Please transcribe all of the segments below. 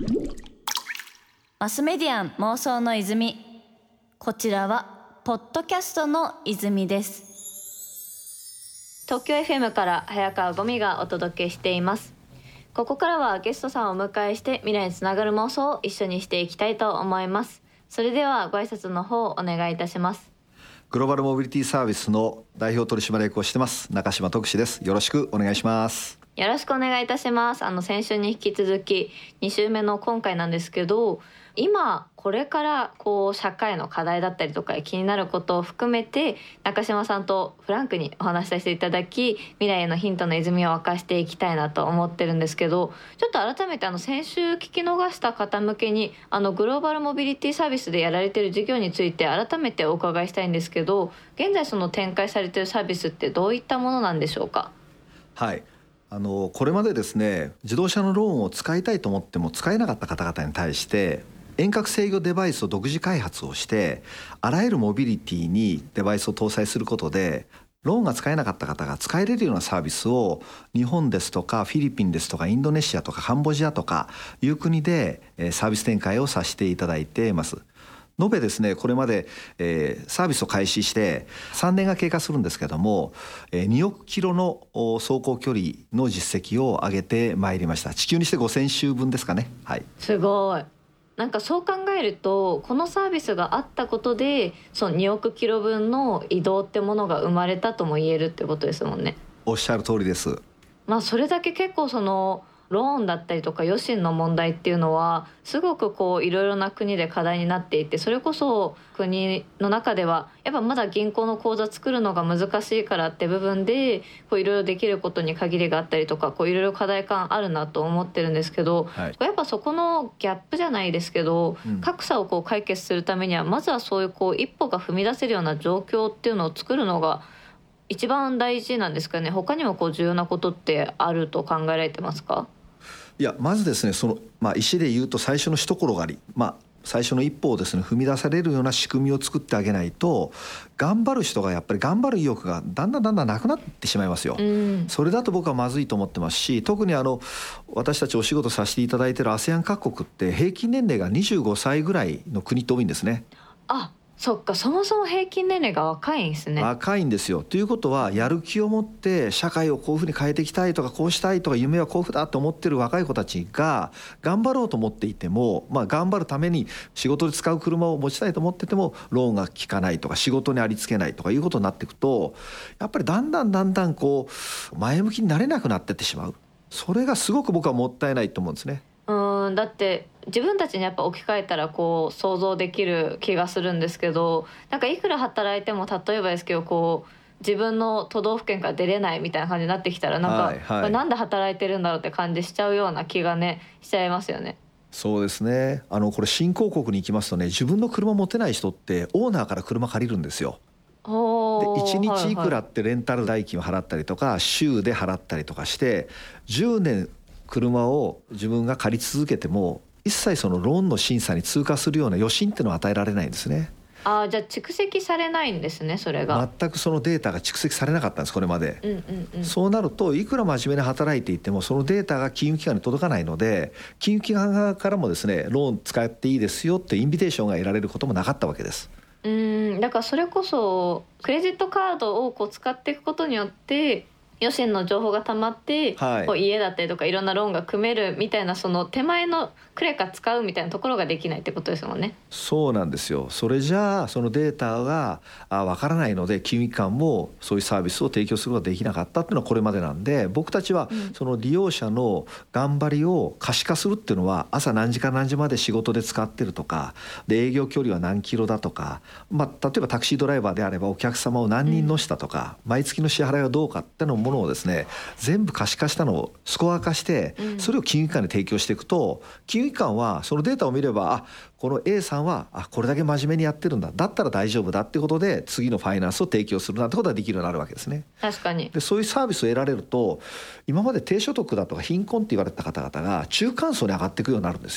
マスメディアン妄想の泉。こちらはポッドキャストの泉です。東京 FM から早川ゴミがお届けしています。ここからはゲストさんをお迎えして未来につながる妄想を一緒にしていきたいと思います。それではご挨拶の方お願いいたします。 グローバルモビリティサービスの代表取締役をしてます中島徳志です。よろしくお願いします。 よろしくお願いいたします。先週に引き続き2週目の今回なんですけど、今これから社会の課題だったりとか気になることを含めて中島さんとフランクにお話しさせていただき、未来へのヒントの泉を沸かしていきたいなと思ってるんですけど、ちょっと改めて先週聞き逃した方向けにグローバルモビリティサービスでやられている事業について改めてお伺いしたいんですけど、現在その展開されているサービスってどういったものなんでしょうか？ はい、これまでですね、自動車のローンを使いたいと思っても使えなかった方々に対して遠隔制御デバイスを独自開発をして、あらゆるモビリティにデバイスを搭載することでローンが使えなかった方が使えれるようなサービスを日本ですとかフィリピンですとかインドネシアとかカンボジアとかいう国でサービス展開をさせていただいています。延べですね、これまでサービスを開始して3年が経過するんですけども、2億キロの走行距離の実績を上げてまいりました。地球にして5000周分ですかね。はい、 すごい。なんかそう考えるとこのサービスがあったことでその2億キロ分の移動ってものが生まれたとも言えるってことですもんね。 おっしゃる通りです。 それだけ結構そのローンだったりとか余震の問題っていうのはすごくいろいろな国で課題になっていて、それこそ国の中ではやっぱまだ銀行の口座作るのが難しいからって部分でいろいろできることに限りがあったりとかいろいろ課題感あるなと思ってるんですけど、 はい、 やっぱそこのギャップじゃないですけど、格差を解決するためにはまずはそういう一歩が踏み出せるような状況っていうのを作るのが一番大事なんですかね。他にも重要なことってあると考えられてますか？ いや、まずですね、石で言うと最初の一転がり、最初の一歩をですね踏み出されるような仕組みを作ってあげないと、頑張る人がやっぱり頑張る意欲がだんだんなくなってしまいますよ。それだと僕はまずいと思ってますし、特に私たちお仕事させていただいている ASEAN 各国って平均年齢が25歳ぐらいの国って多いんですね。 そっか、そもそも平均年齢が若いんですね。 若いんですよ。ということはやる気を持って社会をこういうふうに変えていきたいとかこうしたいとか夢はこういうふうだと思ってる若い子たちが頑張ろうと思っていても、頑張るために仕事で使う車を持ちたいと思っててもローンが効かないとか仕事にありつけないとかいうことになっていくと、やっぱりだんだん前向きになれなくなってってしまう。それがすごく僕はもったいないと思うんですね。 だって自分たちにやっぱ置き換えたら想像できる気がするんですけど、なんかいくら働いても例えばですけど自分の都道府県から出れないみたいな感じになってきたらなんで働いてるんだろうって感じしちゃうような気がねしちゃいますよね。 そうですね。これ新興国に行きますとね、自分の車持てない人ってオーナーから車借りるんですよ。で1日いくらってレンタル代金を払ったりとか週で払ったりとかして10年車を自分が借り続けても一切そのローンの審査に通過するような余震っていうのは与えられないんですね。 じゃあ蓄積されないんですね。それが全くそのデータが蓄積されなかったんです、これまで。そうなるといくら真面目に働いていてもそのデータが金融機関に届かないので、金融機関側からもですねローン使っていいですよってインビテーションが得られることもなかったわけです。 だからそれこそクレジットカードを使っていくことによって余震の情報がたまって、家だったりとかいろんなローンが組めるみたいな、その手前のクレカ使うみたいなところができないってことですもんね。 そうなんですよ。それじゃあそのデータが分からないので金融機関もそういうサービスを提供することができなかったっていうのはこれまでなんで、僕たちはその利用者の頑張りを可視化するっていうのは朝何時から何時まで仕事で使ってるとかで営業距離は何キロだとか、例えばタクシードライバーであればお客様を何人乗せたとか、毎月の支払いはどうかっていうものをですね全部可視化したのをスコア化してそれを金融機関に提供していくと、金融機関はそのデータを見ればこの A さんはこれだけ真面目にやってるんだったら大丈夫だってことで次のファイナンスを提供するなんてことができるようになるわけですね。 確かに。 でそういうサービスを得られると今まで低所得だとか貧困って言われた方々が中間層に上がっていくようになるんですよ。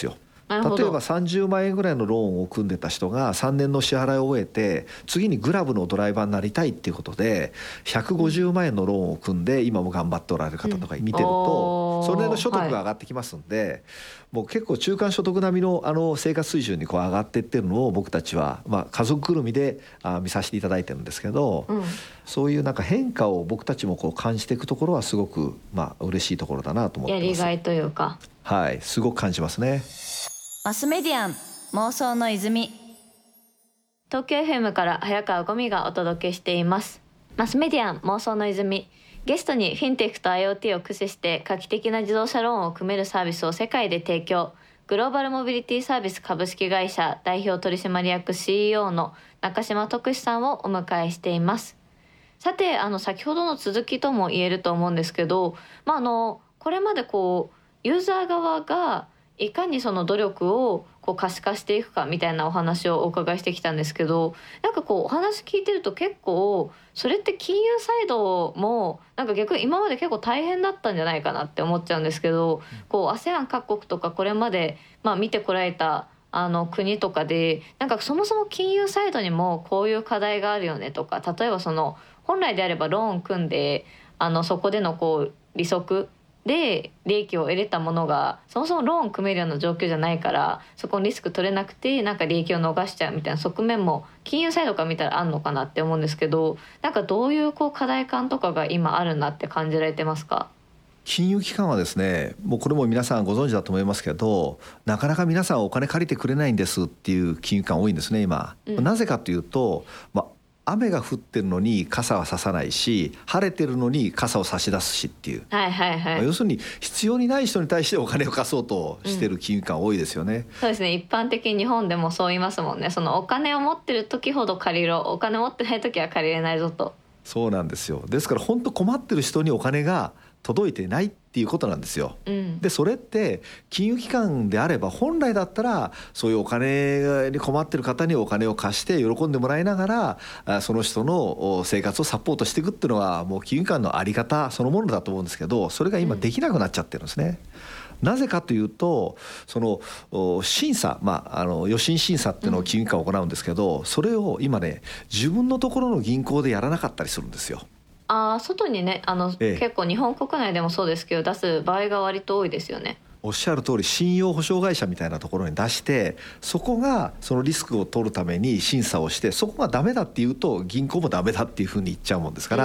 なるほど。 例えば30万円ぐらいのローンを組んでた人が3年の支払いを終えて次にグラブのドライバーになりたいっていうことで150万円のローンを組んで今も頑張っておられる方とか見てると、それの所得が上がってきますんで、もう結構中間所得並みの生活水準にこう上がっていってるのを僕たちは家族ぐるみで見させていただいてるんですけど、そういうなんか変化を僕たちもこう感じていくところはすごく嬉しいところだなと思ってます。 やりがいというか、 はい、すごく感じますね。 マスメディアン妄想の泉。 東京 FM から早川ゴミがお届けしていますマスメディアン妄想の泉。ゲストにフィンテックと IoT を駆使して画期的な自動車ローンを組めるサービスを世界で提供、グローバルモビリティサービス株式会社代表取締役 CEO の中島徳史さんをお迎えしています。さて先ほどの続きとも言えると思うんですけど、これまでユーザー側がいかにその努力を可視化していくかみたいなお話をお伺いしてきたんですけど、なんかお話聞いてると結構それって金融サイドもなんか逆に今まで結構大変だったんじゃないかなって思っちゃうんですけど、ASEAN 各国とかこれまで見てこられた国とかでなんかそもそも金融サイドにもこういう課題があるよねとか、例えば本来であればローン組んでそこでの利息で利益を得れたものがそもそもローン組めるような状況じゃないから、そこにリスク取れなくてなんか利益を逃しちゃうみたいな側面も金融サイドから見たらあんのかなって思うんですけど、なんかどういう課題感とかが今あるなって感じられてますか？ 金融機関はですね、もうこれも皆さんご存知だと思いますけど、なかなか皆さんお金借りてくれないんですっていう金融機関多いんですね今、なぜかというと、雨が降ってるのに傘は差さないし、晴れてるのに傘を差し出すしっていう、要するに必要にない人に対してお金を貸そうとしてる金融機関多いですよね。 そうですね、一般的に日本でもそう言いますもんね。お金を持ってる時ほど借りろ、お金持ってない時は借りれないぞと。 そうなんですよ。ですから本当困ってる人にお金が届いてないっていうことなんですよ。でそれって金融機関であれば本来だったらそういうお金に困ってる方にお金を貸して喜んでもらいながらその人の生活をサポートしていくっていうのはもう金融機関の在り方そのものだと思うんですけど、それが今できなくなっちゃってるんですね。なぜかというと審査、予診審査っていうのを金融機関が行うんですけど、それを今ね自分のところの銀行でやらなかったりするんですよ。 外にね結構日本国内でもそうですけど出す場合が割と多いですよね。 おっしゃる通り、信用保証会社みたいなところに出して、そこがそのリスクを取るために審査をして、そこがダメだっていうと銀行もダメだっていうふうに言っちゃうもんですから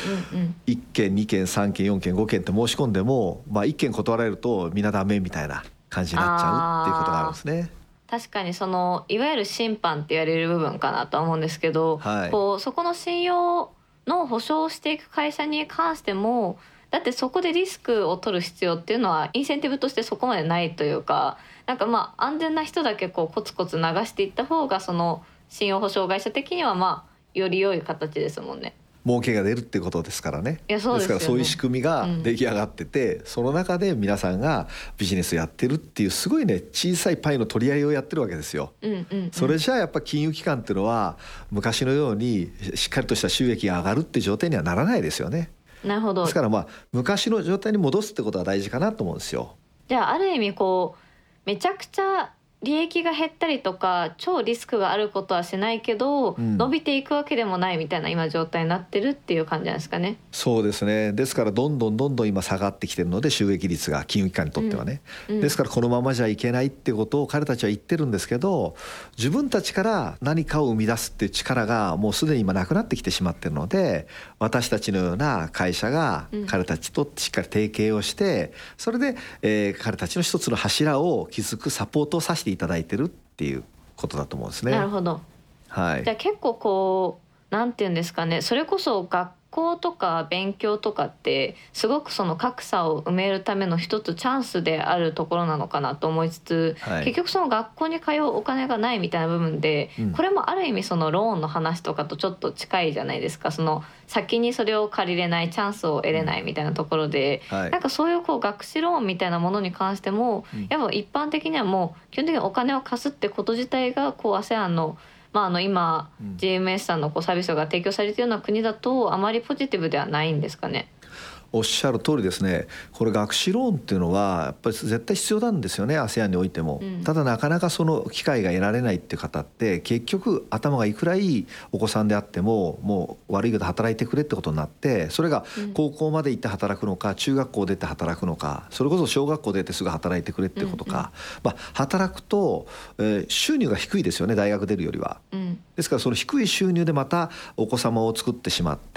、1件2件3件4件5件って申し込んでも、1件断られるとみんなダメみたいな感じになっちゃうっていうことがあるんですね。 確かにいわゆる審判って言われる部分かなとは思うんですけど、そこの信用の保証をしていく会社に関しても、だってそこでリスクを取る必要っていうのはインセンティブとしてそこまでないというか、なんか安全な人だけコツコツ流していった方がその信用保証会社的にはより良い形ですもんね。 儲けが出るってことですからね。 ですからそういう仕組みが出来上がってて、その中で皆さんがビジネスやってるっていうすごいね小さいパイの取り合いをやってるわけですよ。それじゃあやっぱ金融機関っていうのは昔のようにしっかりとした収益が上がるって状態にはならないですよね。 なるほど。 ですから昔の状態に戻すってことが大事かなと思うんですよ。 じゃあある意味めちゃくちゃ利益が減ったりとか超リスクがあることはしないけど、伸びていくわけでもないみたいな今状態になってるっていう感じなんですかね。 そうですね。ですからどんどん今下がってきてるので、収益率が金融機関にとってはね、ですからこのままじゃいけないってことを彼たちは言ってるんですけど、自分たちから何かを生み出すっていう力がもうすでに今なくなってきてしまってるので、私たちのような会社が彼たちとしっかり提携をして、それで、彼たちの一つの柱を築くサポートをさせていただいてるっていうことだと思うんですね。 なるほど。じゃあ結構なんていうんですかね、それこそ学校とか勉強とかってすごくその格差を埋めるための一つチャンスであるところなのかなと思いつつ、結局その学校に通うお金がないみたいな部分で、これもある意味そのローンの話とかとちょっと近いじゃないですか。その先にそれを借りれないチャンスを得れないみたいなところで、なんかそういう学資ローンみたいなものに関しても、やっぱ一般的にはもう基本的にお金を貸すってこと自体がASEANの今、GMS さんのサービスが提供されているような国だとあまりポジティブではないんですかね。 おっしゃる通りですね。これ学士ローンっていうのはやっぱり絶対必要なんですよね、 ASEAN においても、ただなかなかその機会が得られないっていう方って結局頭がいくらいいお子さんであってももう悪いけど働いてくれってことになって、それが高校まで行って働くのか、中学校出て働くのか、それこそ小学校出てすぐ働いてくれってことか、働くと、収入が低いですよね、大学出るよりは。ですからその低い収入でまたお子様を作ってしまって、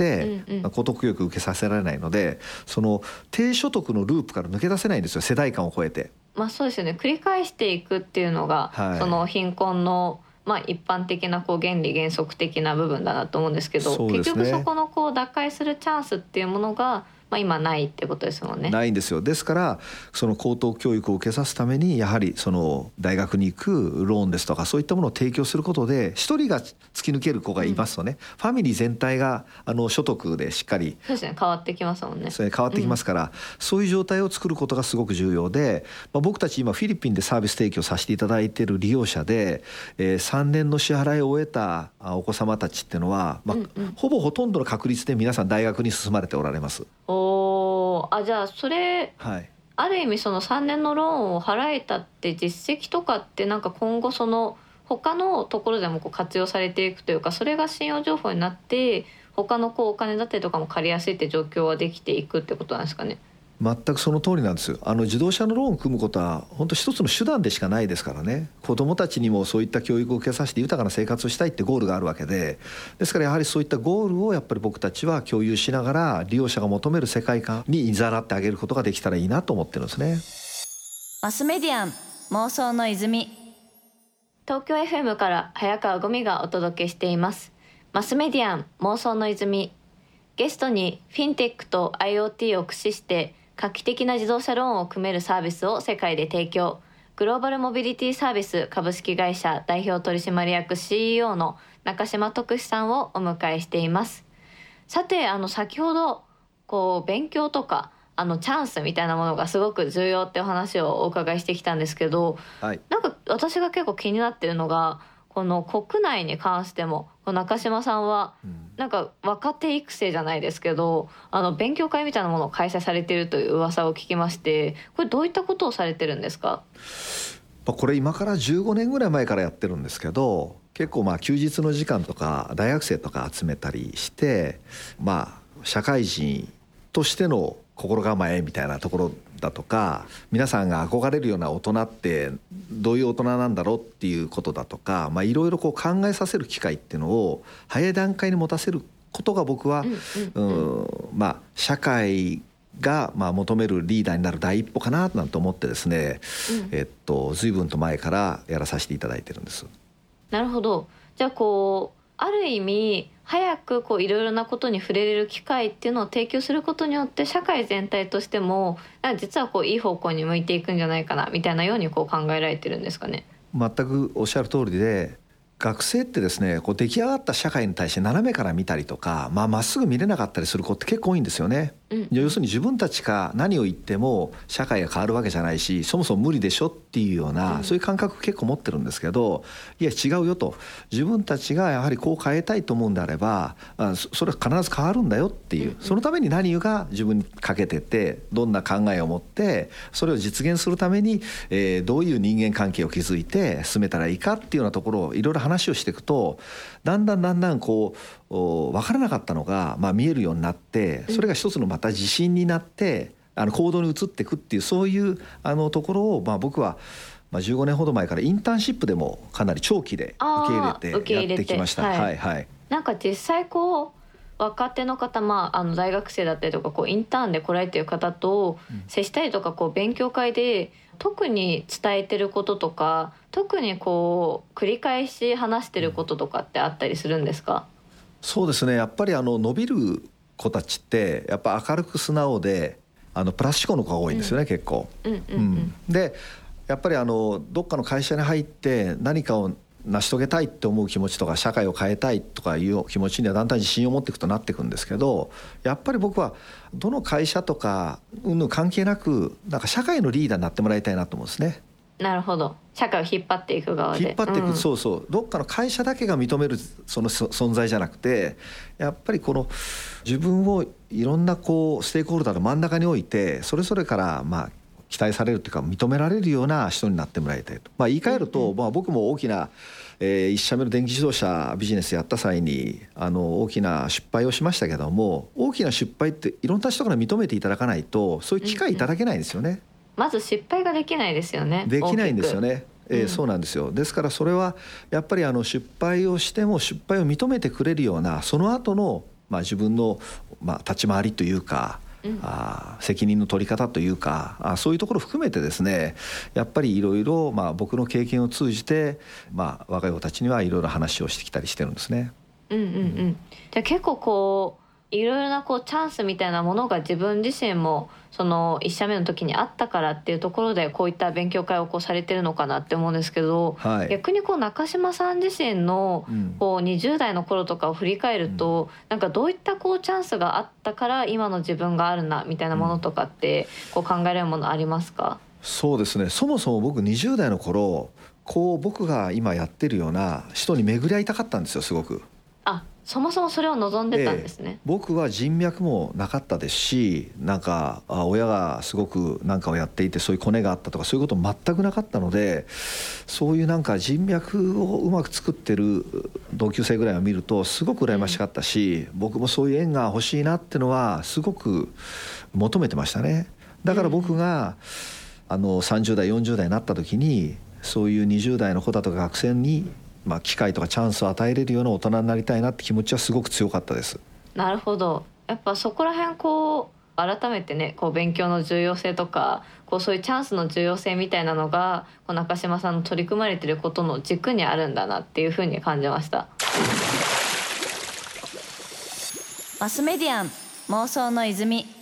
高等教育受けさせられないので、その低所得のループから抜け出せないんですよ、世代間を超えて。 そうですよね。繰り返していくっていうのが、その貧困の一般的な原理原則的な部分だなと思うんですけど、結局そこの打開するチャンスっていうものが今ないってことですもんね。 ないんですよ。ですからその高等教育を受けさすためにやはりその大学に行くローンですとかそういったものを提供することで、一人が突き抜ける子がいますとね、ファミリー全体が所得でしっかり、 そうですね、変わってきますもんね。 それ変わってきますから、そういう状態を作ることがすごく重要で、僕たち今フィリピンでサービス提供させていただいている利用者で、3年の支払いを終えたお子様たちっていうのは、ほとんどの確率で皆さん大学に進まれておられます。 じゃあそれ、ある意味その3年のローンを払えたって実績とかって今後その他のところでも活用されていくというか、それが信用情報になって他のお金だったりとかも借りやすいって状況はできていくってことなんですかね。 全くその通りなんですよ。自動車のローンを組むことは本当一つの手段でしかないですからね。子どもたちにもそういった教育を受けさせて豊かな生活をしたいってゴールがあるわけで、ですからやはりそういったゴールをやっぱり僕たちは共有しながら利用者が求める世界観に誘ってあげることができたらいいなと思ってるんですね。 マスメディアン妄想の泉。 東京 FM から早川ゴミがお届けしていますマスメディアン妄想の泉。ゲストにフィンテックと IoT を駆使して画期的な自動車ローンを組めるサービスを世界で提供、グローバルモビリティサービス株式会社代表取締役 CEO の中島徳史さんをお迎えしています。さて先ほど勉強とかチャンスみたいなものがすごく重要ってお話をお伺いしてきたんですけど、私が結構気になってるのが、この国内に関しても中島さんは若手育成じゃないですけど勉強会みたいなものを開催されているという噂を聞きまして、これどういったことをされてるんですか？ これ今から15年ぐらい前からやってるんですけど、結構休日の時間とか大学生とか集めたりして、社会人としての心構えみたいなところだとか、皆さんが憧れるような大人ってどういう大人なんだろうっていうことだとか、いろいろ考えさせる機会っていうのを早い段階に持たせることが僕は社会が求めるリーダーになる第一歩かななんて思ってですね、随分と前からやらさせていただいてるんです。 なるほど。じゃあある意味早くいろいろなことに触れれる機会っていうのを提供することによって社会全体としても実はいい方向に向いていくんじゃないかなみたいなように考えられてるんですかね。 全くおっしゃる通りで、学生ってですね出来上がった社会に対して斜めから見たりとかまっすぐ見れなかったりする子って結構多いんですよね。要するに自分たちが何を言っても社会が変わるわけじゃないし、そもそも無理でしょっていうような、そういう感覚結構持ってるんですけど、いや違うよと、自分たちがやはり変えたいと思うんであればそれは必ず変わるんだよっていう、そのために何が自分にかけててどんな考えを持ってそれを実現するために、どういう人間関係を築いて進めたらいいかっていうようなところをいろいろ話をしていくと、だんだん分からなかったのが見えるようになって、それが一つのまた自信になって行動に移っていくっていう、そういうところを僕は15年ほど前からインターンシップでもかなり長期で受け入れてやってきました。 実際若手の方、大学生だったりとかインターンで来られている方と接したりとか勉強会で特に伝えてることとか、特に繰り返し話してることとかってあったりするんですか？ そうですね、やっぱり伸びる子たちってやっぱ明るく素直でプラス思考の子が多いんですよね、結構。でやっぱりどっかの会社に入って何かを成し遂げたいって思う気持ちとか、社会を変えたいとかいう気持ちにはだんだん自信を持っていくとなっていくんですけど、やっぱり僕はどの会社とか関係なく社会のリーダーになってもらいたいなと思うんですね。 なるほど。社会を引っ張っていく側で引っ張っていく、そうそう、どっかの会社だけが認めるその存在じゃなくて、やっぱりこの自分をいろんなこうステークホルダーの真ん中に置いて、それぞれから期待されるというか認められるような人になってもらいたいと。言い換えると、僕も大きな1社目の電気自動車ビジネスやった際に大きな失敗をしましたけども、大きな失敗っていろんな人から認めていただかないとそういう機会いただけないんですよね。 まず失敗ができないですよね。 できないんですよね。そうなんですよ。ですからそれはやっぱり失敗をしても失敗を認めてくれるような、その後の自分の立ち回りというか、責任の取り方というか、そういうところを含めてですね、やっぱりいろいろ僕の経験を通じて、若い子たちにはいろいろ話をしてきたりしてるんですね。 じゃあ結構こういろいろなこうチャンスみたいなものが自分自身もその1社目の時にあったからっていうところでこういった勉強会をこうされてるのかなって思うんですけど、逆にこう中島さん自身のこう20代の頃とかを振り返ると、なんかどういったこうチャンスがあったから今の自分があるなみたいなものとかってこう考えられるものありますか？ そうですね、そもそも僕20代の頃こう僕が今やってるような人に巡り合いたかったんですよ、すごく。 そもそもそれを望んでたんですね。 僕は人脈もなかったですし、なんか親がすごく何かをやっていてそういうコネがあったとかそういうこと全くなかったので、そういうなんか人脈をうまく作ってる同級生ぐらいを見るとすごく羨ましかったし、僕もそういう縁が欲しいなってのはすごく求めてましたね。だから僕が30代40代になった時にそういう20代の子だとか学生に機会とかチャンスを与えれるような大人になりたいなって気持ちはすごく強かったです。 なるほど。やっぱそこら辺こう改めてね、こう勉強の重要性とかこうそういうチャンスの重要性みたいなのがこう中島さんの取り組まれていることの軸にあるんだなっていうふうに感じました。 マスメディアン妄想の泉。